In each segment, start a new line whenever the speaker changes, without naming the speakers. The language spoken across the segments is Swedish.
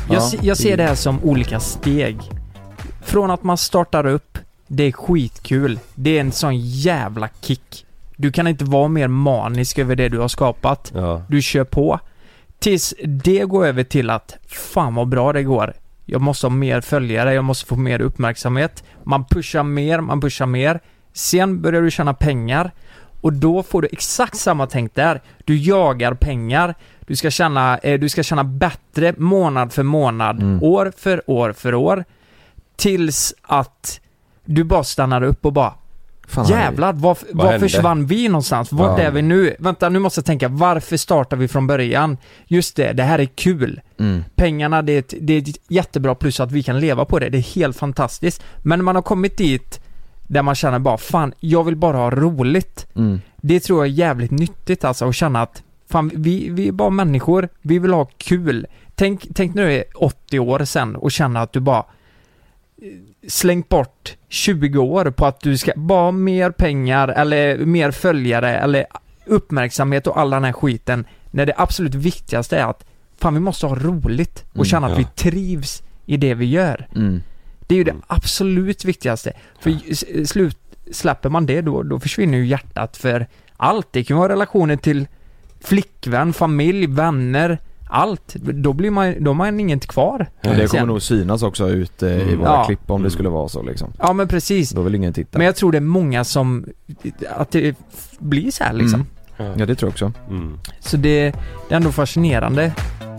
Jag ser det här som olika steg. Från att man startar upp, det är skitkul. Det är en sån jävla kick. Du kan inte vara mer manisk över det du har skapat.
Ja.
Du kör på. Tills det går över till att fan vad bra det går. Jag måste ha mer följare, jag måste få mer uppmärksamhet. Man pushar mer. Sen börjar du tjäna pengar. Och då får du exakt samma tänk där. Du jagar pengar. Du ska tjäna bättre månad för månad, år för år. Tills att du bara stannar upp och bara jävlar, var försvann vi någonstans? Vart är vi nu? Vänta, nu måste jag tänka, varför startar vi från början? Just det här är kul. Pengarna, det är ett jättebra, plus att vi kan leva på det. Det är helt fantastiskt. Men när man har kommit dit där man känner bara, fan, jag vill bara ha roligt. Det tror jag är jävligt nyttigt alltså, att känna att fan, vi är bara människor, vi vill ha kul. Tänk när du är 80 år sen och känna att du bara slängt bort 20 år på att du ska bara ha mer pengar eller mer följare eller uppmärksamhet och all den här skiten, när det absolut viktigaste är att fan, vi måste ha roligt och känna att vi trivs i det vi gör. Det är ju det absolut viktigaste. För släpper man det, då försvinner ju hjärtat för allt. Det kan vara relationer till flickvän, familj, vänner, allt. Då har man inget kvar.
Och det kommer nog synas också ut i våra klipp om det skulle vara så liksom.
Ja, men precis.
Då vill ingen titta.
Men jag tror det är många som att det blir så här liksom.
Ja, det tror jag också.
Så det är ändå fascinerande.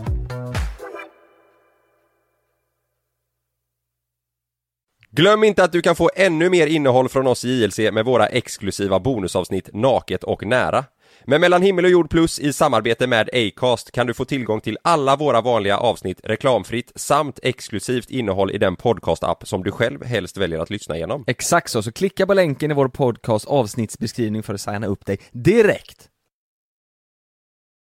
Glöm inte att du kan få ännu mer innehåll från oss i JLC med våra exklusiva bonusavsnitt Naket och nära. Med Mellan himmel och jord plus i samarbete med Acast kan du få tillgång till alla våra vanliga avsnitt reklamfritt samt exklusivt innehåll i den podcast-app som du själv helst väljer att lyssna igenom.
Exakt så klicka på länken i vår podcast avsnittsbeskrivning för att signa upp dig direkt.